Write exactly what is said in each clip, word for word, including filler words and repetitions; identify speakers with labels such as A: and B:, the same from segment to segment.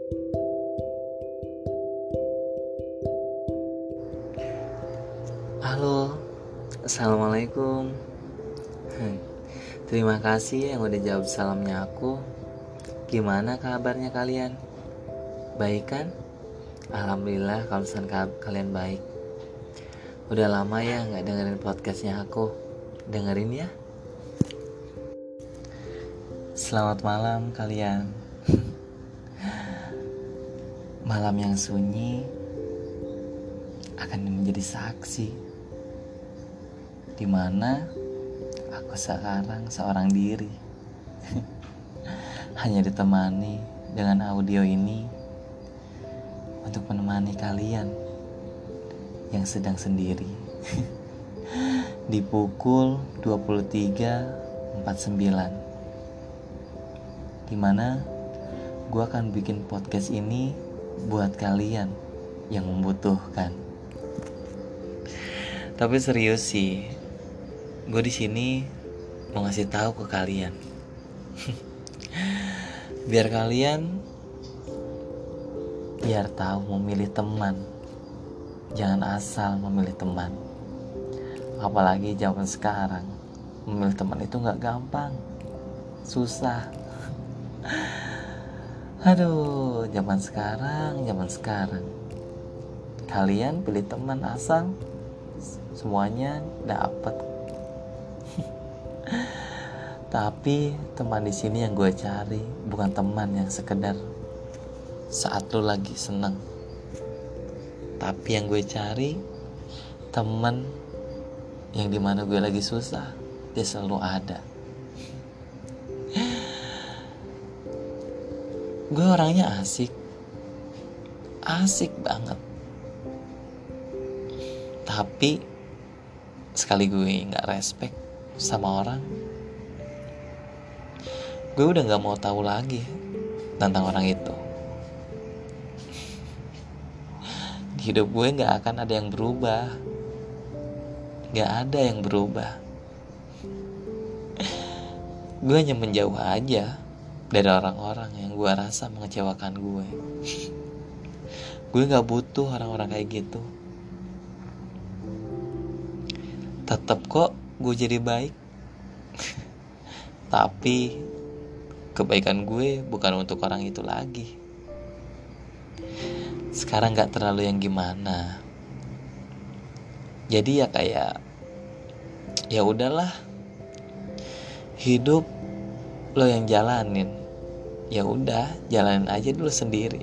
A: Halo, assalamualaikum. Terima kasih yang udah jawab salamnya aku. Gimana kabarnya kalian? Baik kan? Alhamdulillah kalau misalkan kalian baik. Udah lama ya gak dengerin podcastnya aku. Dengerin ya. Selamat malam kalian. Malam yang sunyi akan menjadi saksi di mana aku sekarang seorang diri. Hanya ditemani dengan audio ini untuk menemani kalian yang sedang sendiri. Di pukul dua puluh tiga empat puluh sembilan, dimana gue akan bikin podcast ini buat kalian yang membutuhkan. Tapi serius sih, gue di sini mau ngasih tahu ke kalian, biar kalian biar tahu memilih teman. Jangan asal memilih teman. Apalagi zaman sekarang, memilih teman itu nggak gampang, susah. Aduh, zaman sekarang, zaman sekarang. Kalian pilih teman asal semuanya dapat. Tapi teman di sini yang gue cari bukan teman yang sekedar saat lu lagi seneng. Tapi yang gue cari teman yang dimana gue lagi susah, dia selalu ada. Gue orangnya asik, asik banget. Tapi sekali gue gak respect sama orang, gue udah gak mau tahu lagi tentang orang itu. Di hidup gue gak akan ada yang berubah. Gak ada yang berubah. Gue hanya menjauh aja dari orang-orang yang gue rasa mengecewakan gue. Gue gak butuh orang-orang kayak gitu. Tetap kok gue jadi baik. Tapi kebaikan gue bukan untuk orang itu lagi. Sekarang gak terlalu yang gimana. Jadi ya kayak, ya udahlah, hidup lo yang jalanin. Ya udah, jalanin aja dulu sendiri.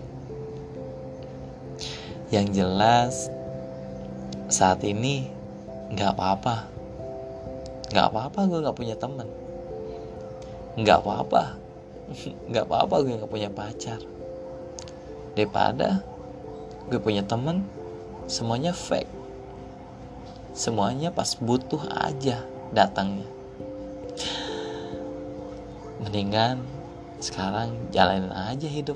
A: Yang jelas saat ini gak apa-apa. Gak apa-apa gue gak punya teman. Gak apa-apa. Gak apa-apa gue gak punya pacar. Daripada gue punya teman semuanya fake. Semuanya pas butuh aja datangnya. Mendingan sekarang jalanin aja hidup.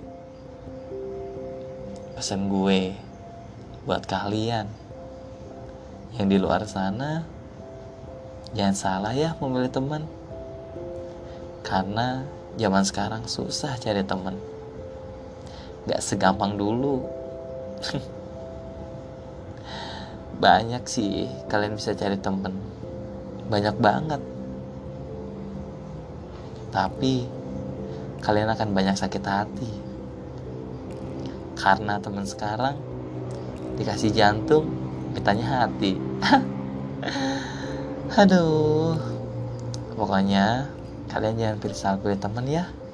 A: Pesan gue buat kalian yang di luar sana, jangan salah ya memilih teman. Karena zaman sekarang susah cari teman. Gak segampang dulu. Banyak sih kalian bisa cari teman, banyak banget. Tapi kalian akan banyak sakit hati. Karena teman sekarang dikasih jantung, mintanya hati. Aduh. Pokoknya kalian jangan pilih salah pilih teman ya.